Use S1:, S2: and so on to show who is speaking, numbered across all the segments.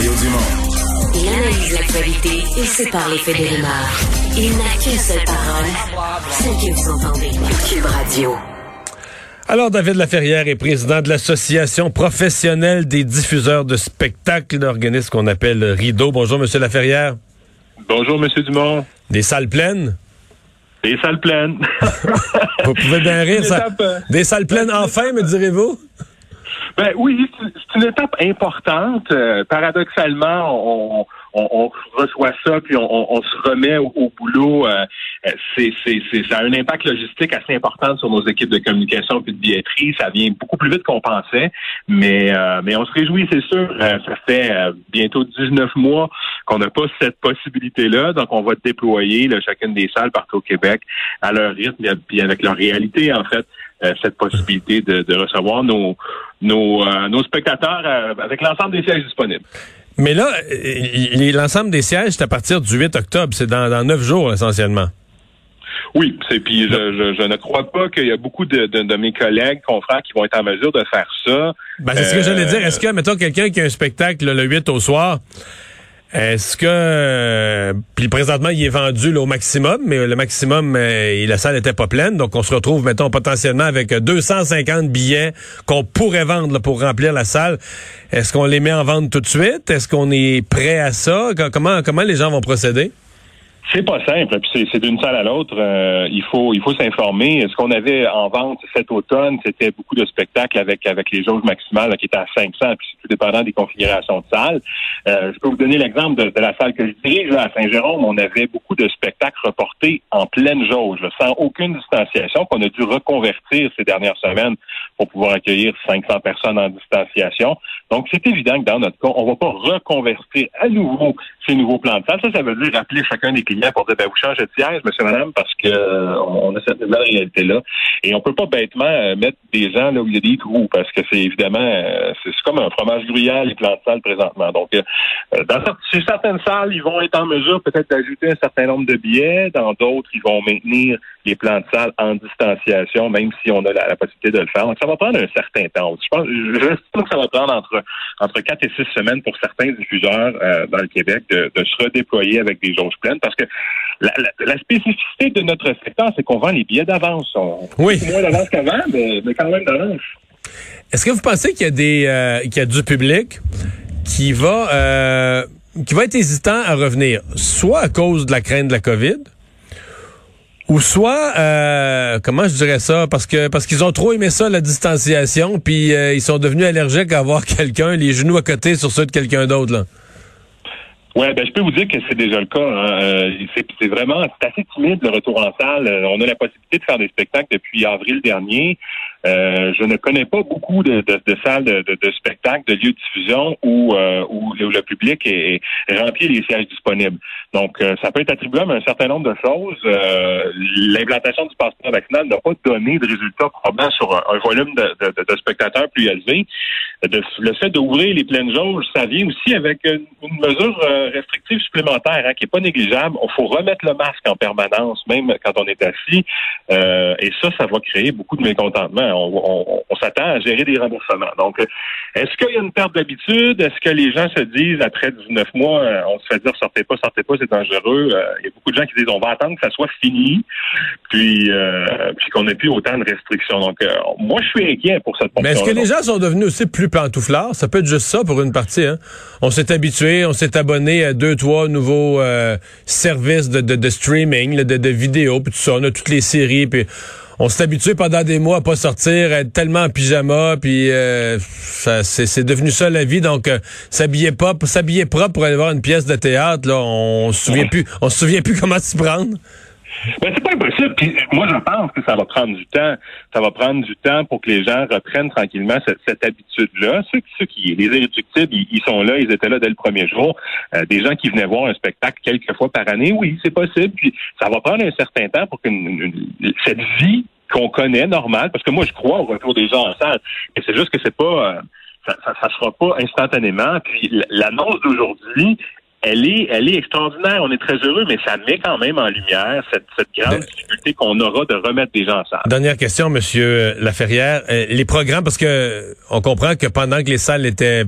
S1: Mario Dumont.
S2: Il analyse l'actualité et sépare les faits des rumeurs. Il n'a qu'une seule parole, celle que vous entendez. Cube Radio.
S3: Alors, David Laferrière est président de l'Association professionnelle des diffuseurs de spectacles, l'organisme qu'on appelle Rideau. Bonjour, Monsieur Laferrière.
S4: Bonjour, Monsieur Dumont.
S3: Des salles pleines?
S4: Des salles pleines.
S3: Vous pouvez bien rire, ça. Des salles pleines enfin, me direz-vous?
S4: Ben oui, c'est une étape importante. Paradoxalement, on reçoit ça, puis on se remet au boulot. Ça a un impact logistique assez important sur nos équipes de communication puis de billetterie. Ça vient beaucoup plus vite qu'on pensait, mais on se réjouit, c'est sûr. Ça fait bientôt 19 mois qu'on n'a pas cette possibilité-là, donc on va déployer chacune des salles partout au Québec à leur rythme puis avec leur réalité, en fait. Cette possibilité de recevoir nos spectateurs avec l'ensemble des sièges disponibles.
S3: Mais là, l'ensemble des sièges, c'est à partir du 8 octobre. C'est dans 9 jours, essentiellement.
S4: Oui, puis je ne crois pas qu'il y a beaucoup de mes collègues, confrères, qui vont être en mesure de faire ça.
S3: Ben, c'est ce que j'allais dire. Est-ce que, mettons, quelqu'un qui a un spectacle le 8 au soir, est-ce que... puis présentement, il est vendu au maximum, mais le maximum, la salle n'était pas pleine, donc on se retrouve, mettons, potentiellement avec 250 billets qu'on pourrait vendre pour remplir la salle. Est-ce qu'on les met en vente tout de suite? Est-ce qu'on est prêt à ça? Comment les gens vont procéder?
S4: C'est pas simple, puis c'est d'une salle à l'autre. Il faut s'informer. Ce qu'on avait en vente cet automne, c'était beaucoup de spectacles avec les jauges maximales qui étaient à 500, puis c'est tout dépendant des configurations de salles. Je peux vous donner l'exemple de la salle que je dirige à Saint-Jérôme. On avait beaucoup de spectacles reportés en pleine jauge, sans aucune distanciation, qu'on a dû reconvertir ces dernières semaines pour pouvoir accueillir 500 personnes en distanciation. Donc, c'est évident que dans notre cas, on va pas reconvertir à nouveau ces nouveaux plans de salle. Ça veut dire appeler chacun des clients pour dire, vous changez de siège, monsieur, madame, parce que on a cette nouvelle réalité-là. Et on peut pas bêtement mettre des gens là où il y a des trous, parce que c'est évidemment, c'est comme un fromage gruyère, les plans de salle présentement. Donc, chez certaines salles, ils vont être en mesure peut-être d'ajouter un certain nombre de billets. Dans d'autres, ils vont maintenir les plans de salle en distanciation, même si on a la possibilité de le faire. Donc, ça va prendre un certain temps. J'estime que ça va prendre entre 4 et 6 semaines pour certains diffuseurs dans le Québec de se redéployer avec des jauges pleines, parce que la spécificité de notre secteur, c'est qu'on vend les billets d'avance.
S3: Oui.
S4: Moins d'avance qu'avant, mais quand même d'avance.
S3: Est-ce que vous pensez qu'il y a du public qui va être hésitant à revenir, soit à cause de la crainte de la COVID, ou soit, comment je dirais ça, parce qu'ils ont trop aimé ça, la distanciation, puis ils sont devenus allergiques à avoir quelqu'un, les genoux à côté sur ceux de quelqu'un d'autre, là?
S4: Ouais, je peux vous dire que c'est déjà le cas. Hein. C'est assez timide le retour en salle. On a la possibilité de faire des spectacles depuis avril dernier. Je ne connais pas beaucoup de salles de spectacles, de lieux de diffusion où le public est rempli les sièges disponibles. Donc, ça peut être attribuable à un certain nombre de choses. L'implantation du passeport vaccinal n'a pas donné de résultats probants sur un volume de spectateurs plus élevé. Le fait d'ouvrir les pleines jauges, ça vient aussi avec une mesure restrictive supplémentaire qui est pas négligeable. Il faut remettre le masque en permanence, même quand on est assis. Et ça va créer beaucoup de mécontentement. On s'attend à gérer des remboursements. Donc, est-ce qu'il y a une perte d'habitude? Est-ce que les gens se disent, après 19 mois, on se fait dire, sortez pas, c'est dangereux. Il y a beaucoup de gens qui disent, on va attendre que ça soit fini, puis qu'on n'ait plus autant de restrictions. Donc, moi, je suis inquiet pour cette portion.
S3: Mais est-ce que les gens sont devenus aussi plus pantouflards? Ça peut être juste ça pour une partie, hein? On s'est habitué, on s'est abonné à 2-3 nouveaux services de streaming, de vidéos, puis tout ça. On a toutes les séries, puis on s'est habitué pendant des mois à pas sortir, à être tellement en pyjama, puis c'est devenu ça la vie. Donc s'habiller propre pour aller voir une pièce de théâtre, là, on se souvient plus comment s'y prendre.
S4: C'est pas impossible. Puis moi, je pense que ça va prendre du temps. Ça va prendre du temps pour que les gens reprennent tranquillement cette habitude-là. Les irréductibles, ils sont là, ils étaient là dès le premier jour. Des gens qui venaient voir un spectacle quelques fois par année, oui, c'est possible. Puis ça va prendre un certain temps pour que cette vie qu'on connaît normale, parce que moi, je crois au retour des gens en salle. Mais c'est juste que c'est pas, ça sera pas instantanément. Puis l'annonce d'aujourd'hui, elle est extraordinaire. On est très heureux, mais ça met quand même en lumière cette grande difficulté qu'on aura de remettre des gens en salle.
S3: Dernière question, Monsieur Laferrière. Les programmes, parce que on comprend que pendant que les salles étaient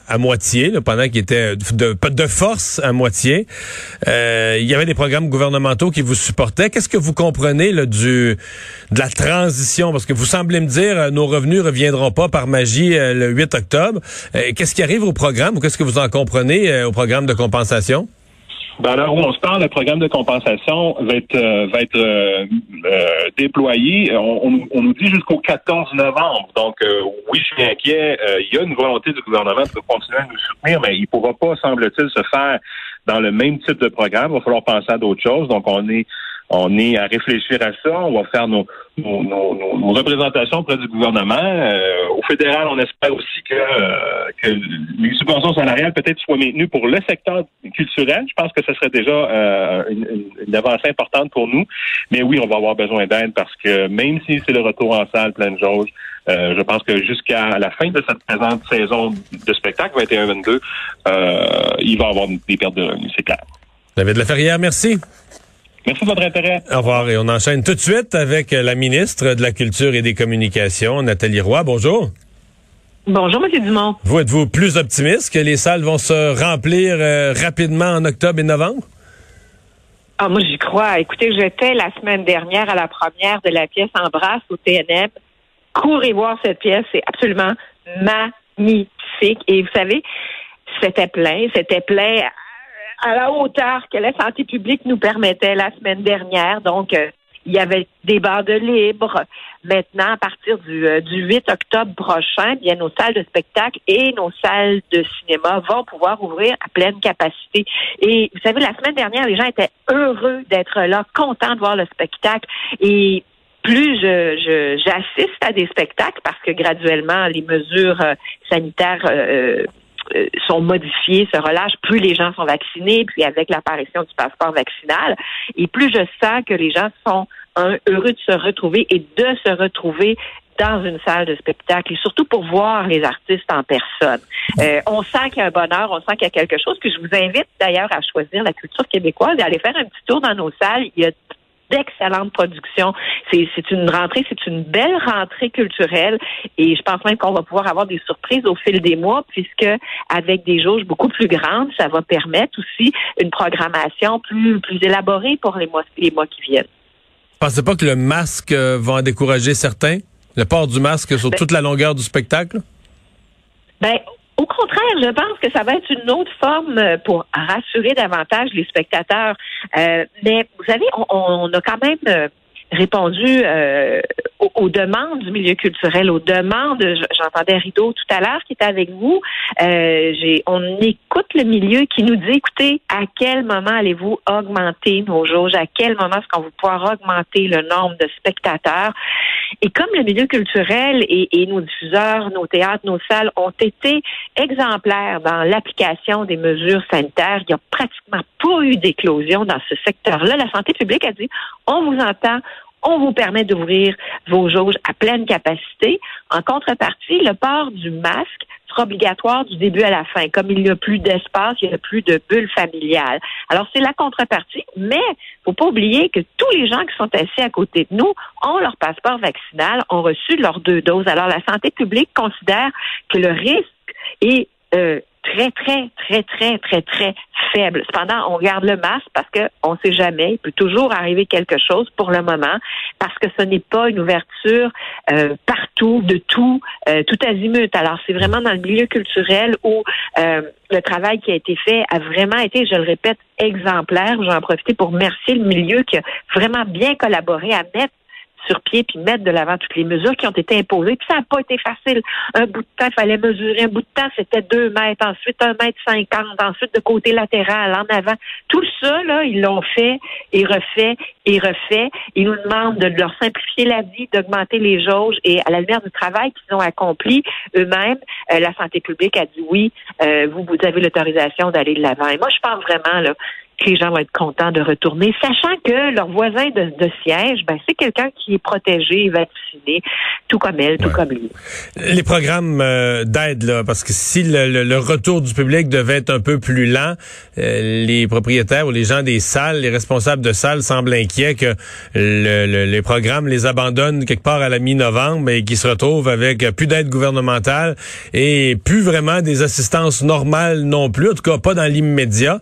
S3: à moitié, là, pendant qu'il était de force à moitié. Il y avait des programmes gouvernementaux qui vous supportaient. Qu'est-ce que vous comprenez là, de la transition? Parce que vous semblez me dire nos revenus reviendront pas par magie le 8 octobre. Qu'est-ce qui arrive au programme ou qu'est-ce que vous en comprenez au programme de compensation?
S4: Ben alors, où on se parle, le programme de compensation va être déployé. On nous dit jusqu'au 14 novembre. Donc, oui, je suis inquiet. Il y a une volonté du gouvernement de continuer à nous soutenir, mais il ne pourra pas, semble-t-il, se faire dans le même type de programme. Il va falloir penser à d'autres choses. Donc, on est à réfléchir à ça. On va faire nos représentations auprès du gouvernement. Au fédéral, on espère aussi que les subventions salariales peut-être soient maintenues pour le secteur culturel. Je pense que ce serait déjà une avancée importante pour nous. Mais oui, on va avoir besoin d'aide parce que même si c'est le retour en salle pleine jauge, je pense que jusqu'à la fin de cette présente saison de spectacle 21-22, il va y avoir des pertes de revenus, c'est clair.
S3: David Laferrière, merci.
S4: Merci de votre intérêt.
S3: Au revoir. Et on enchaîne tout de suite avec la ministre de la Culture et des Communications, Nathalie Roy. Bonjour.
S1: Bonjour, M. Dumont.
S3: Vous, êtes-vous plus optimiste que les salles vont se remplir rapidement en octobre et novembre?
S1: Ah, moi, j'y crois. Écoutez, j'étais la semaine dernière à la première de la pièce Embrasse au TNM. Courez voir cette pièce. C'est absolument magnifique. Et vous savez, c'était plein à la hauteur que la santé publique nous permettait la semaine dernière. Donc, il y avait des bancs libres. Maintenant, à partir du 8 octobre prochain, bien, nos salles de spectacle et nos salles de cinéma vont pouvoir ouvrir à pleine capacité. Et vous savez, la semaine dernière, les gens étaient heureux d'être là, contents de voir le spectacle. Et plus j'assiste à des spectacles, parce que graduellement, les mesures sanitaires sont modifiées, se relâchent, plus les gens sont vaccinés, puis avec l'apparition du passeport vaccinal, et plus je sens que les gens sont heureux de se retrouver et de se retrouver dans une salle de spectacle, et surtout pour voir les artistes en personne. On sent qu'il y a un bonheur, on sent qu'il y a quelque chose, puis je vous invite d'ailleurs à choisir la culture québécoise et à aller faire un petit tour dans nos salles. Il y a d'excellentes productions. C'est une rentrée, c'est une belle rentrée culturelle et je pense même qu'on va pouvoir avoir des surprises au fil des mois puisque avec des jauges beaucoup plus grandes, ça va permettre aussi une programmation plus élaborée pour les mois qui viennent.
S3: Pensez pas que le masque va en décourager certains? Le port du masque sur toute la longueur du spectacle?
S1: Au contraire, je pense que ça va être une autre forme pour rassurer davantage les spectateurs. Mais vous savez, on a quand même répondu aux demandes du milieu culturel, aux demandes. J'entendais Rideau tout à l'heure qui était avec vous. On écoute le milieu qui nous dit, écoutez, à quel moment allez-vous augmenter nos jauges? À quel moment est-ce qu'on va pouvoir augmenter le nombre de spectateurs? Et comme le milieu culturel et nos diffuseurs, nos théâtres, nos salles ont été exemplaires dans l'application des mesures sanitaires, il n'y a pratiquement pas eu d'éclosion dans ce secteur-là. La santé publique a dit, on vous entend, on vous permet d'ouvrir vos jauges à pleine capacité. En contrepartie, le port du masque sera obligatoire du début à la fin. Comme il n'y a plus d'espace, il n'y a plus de bulle familiale. Alors, c'est la contrepartie, mais faut pas oublier que tous les gens qui sont assis à côté de nous ont leur passeport vaccinal, ont reçu leurs 2 doses. Alors, la santé publique considère que le risque est très faible. Cependant, on garde le masque parce que on ne sait jamais. Il peut toujours arriver quelque chose pour le moment parce que ce n'est pas une ouverture partout, de tout azimut. Alors, c'est vraiment dans le milieu culturel où le travail qui a été fait a vraiment été, je le répète, exemplaire. Je vais en profiter pour remercier le milieu qui a vraiment bien collaboré à mettre sur pied puis mettre de l'avant toutes les mesures qui ont été imposées. Puis ça n'a pas été facile. Un bout de temps, il fallait mesurer. Un bout de temps, c'était 2 mètres. Ensuite, 1,50 m. Ensuite, de côté latéral, en avant. Tout ça, là, ils l'ont fait et refait et refait. Ils nous demandent de leur simplifier la vie, d'augmenter les jauges. Et à la lumière du travail qu'ils ont accompli eux-mêmes, la santé publique a dit oui, vous avez l'autorisation d'aller de l'avant. Et moi, je pense vraiment là que les gens vont être contents de retourner, sachant que leur voisin de siège, c'est quelqu'un qui est protégé, vacciné, tout comme elle, tout comme lui.
S3: Les programmes d'aide, là, parce que si le retour du public devait être un peu plus lent, les propriétaires ou les gens des salles, les responsables de salles semblent inquiets que les programmes les abandonnent quelque part à la mi-novembre et qu'ils se retrouvent avec plus d'aide gouvernementale et plus vraiment des assistances normales non plus, en tout cas pas dans l'immédiat.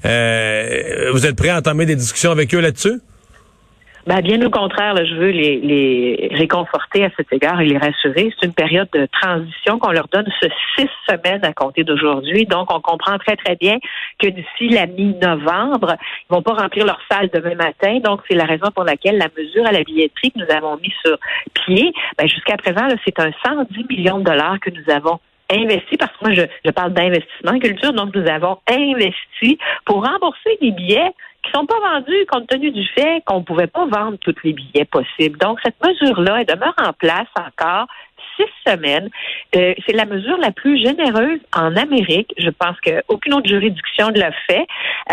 S3: Vous êtes prêts à entamer des discussions avec eux là-dessus?
S1: Bien au contraire, là, je veux les réconforter à cet égard et les rassurer. C'est une période de transition qu'on leur donne 6 semaines à compter d'aujourd'hui. Donc, on comprend très, très bien que d'ici la mi-novembre, ils vont pas remplir leur salle demain matin. Donc, c'est la raison pour laquelle la mesure à la billetterie que nous avons mis sur pied, jusqu'à présent, là, c'est un 110 millions de dollars que nous avons investi, parce que moi, je parle d'investissement en culture, donc nous avons investi pour rembourser des billets qui sont pas vendus compte tenu du fait qu'on pouvait pas vendre tous les billets possibles. Donc, cette mesure-là, elle demeure en place encore 6 semaines. C'est la mesure la plus généreuse en Amérique. Je pense qu'aucune autre juridiction ne l'a fait.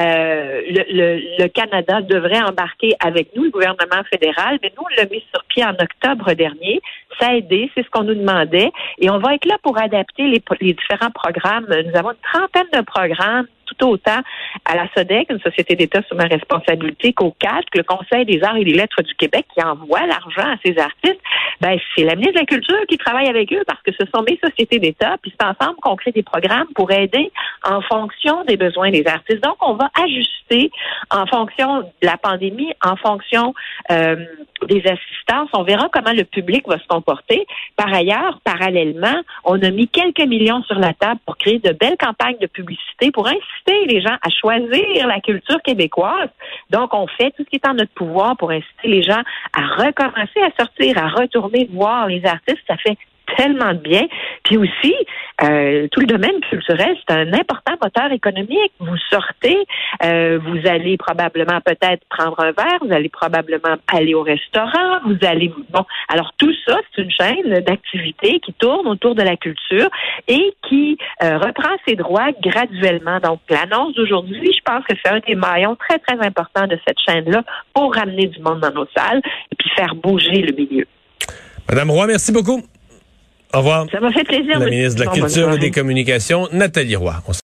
S1: Le Canada devrait embarquer avec nous, le gouvernement fédéral, mais nous, on l'a mis sur pied en octobre dernier. Ça a aidé, c'est ce qu'on nous demandait. Et on va être là pour adapter les différents programmes. Nous avons une trentaine de programmes, tout autant à la SODEC, une société d'État sous ma responsabilité, qu'au CAC, le Conseil des arts et des lettres du Québec, qui envoie l'argent à ces artistes. C'est la ministre de la Culture qui travaille avec eux parce que ce sont mes sociétés d'État, puis c'est ensemble qu'on crée des programmes pour aider en fonction des besoins des artistes. Donc, on va ajuster en fonction de la pandémie, en fonction des assistances. On verra comment le public va se comporter. Par ailleurs, parallèlement, on a mis quelques millions sur la table pour créer de belles campagnes de publicité pour inciter les gens à choisir la culture québécoise. Donc, on fait tout ce qui est en notre pouvoir pour inciter les gens à recommencer à sortir, à retourner voir les artistes. Ça fait tellement de bien. Puis aussi, tout le domaine culturel, c'est un important moteur économique. Vous sortez, vous allez probablement peut-être prendre un verre, vous allez probablement aller au restaurant, vous allez... alors tout ça, c'est une chaîne d'activités qui tourne autour de la culture et qui reprend ses droits graduellement. Donc, l'annonce d'aujourd'hui, je pense que c'est un des maillons très, très importants de cette chaîne-là pour ramener du monde dans nos salles et puis faire bouger le milieu.
S3: Madame Roy, merci beaucoup. Au revoir.
S1: Ça m'a fait plaisir.
S3: La ministre de la Culture et des Communications, Nathalie Roy.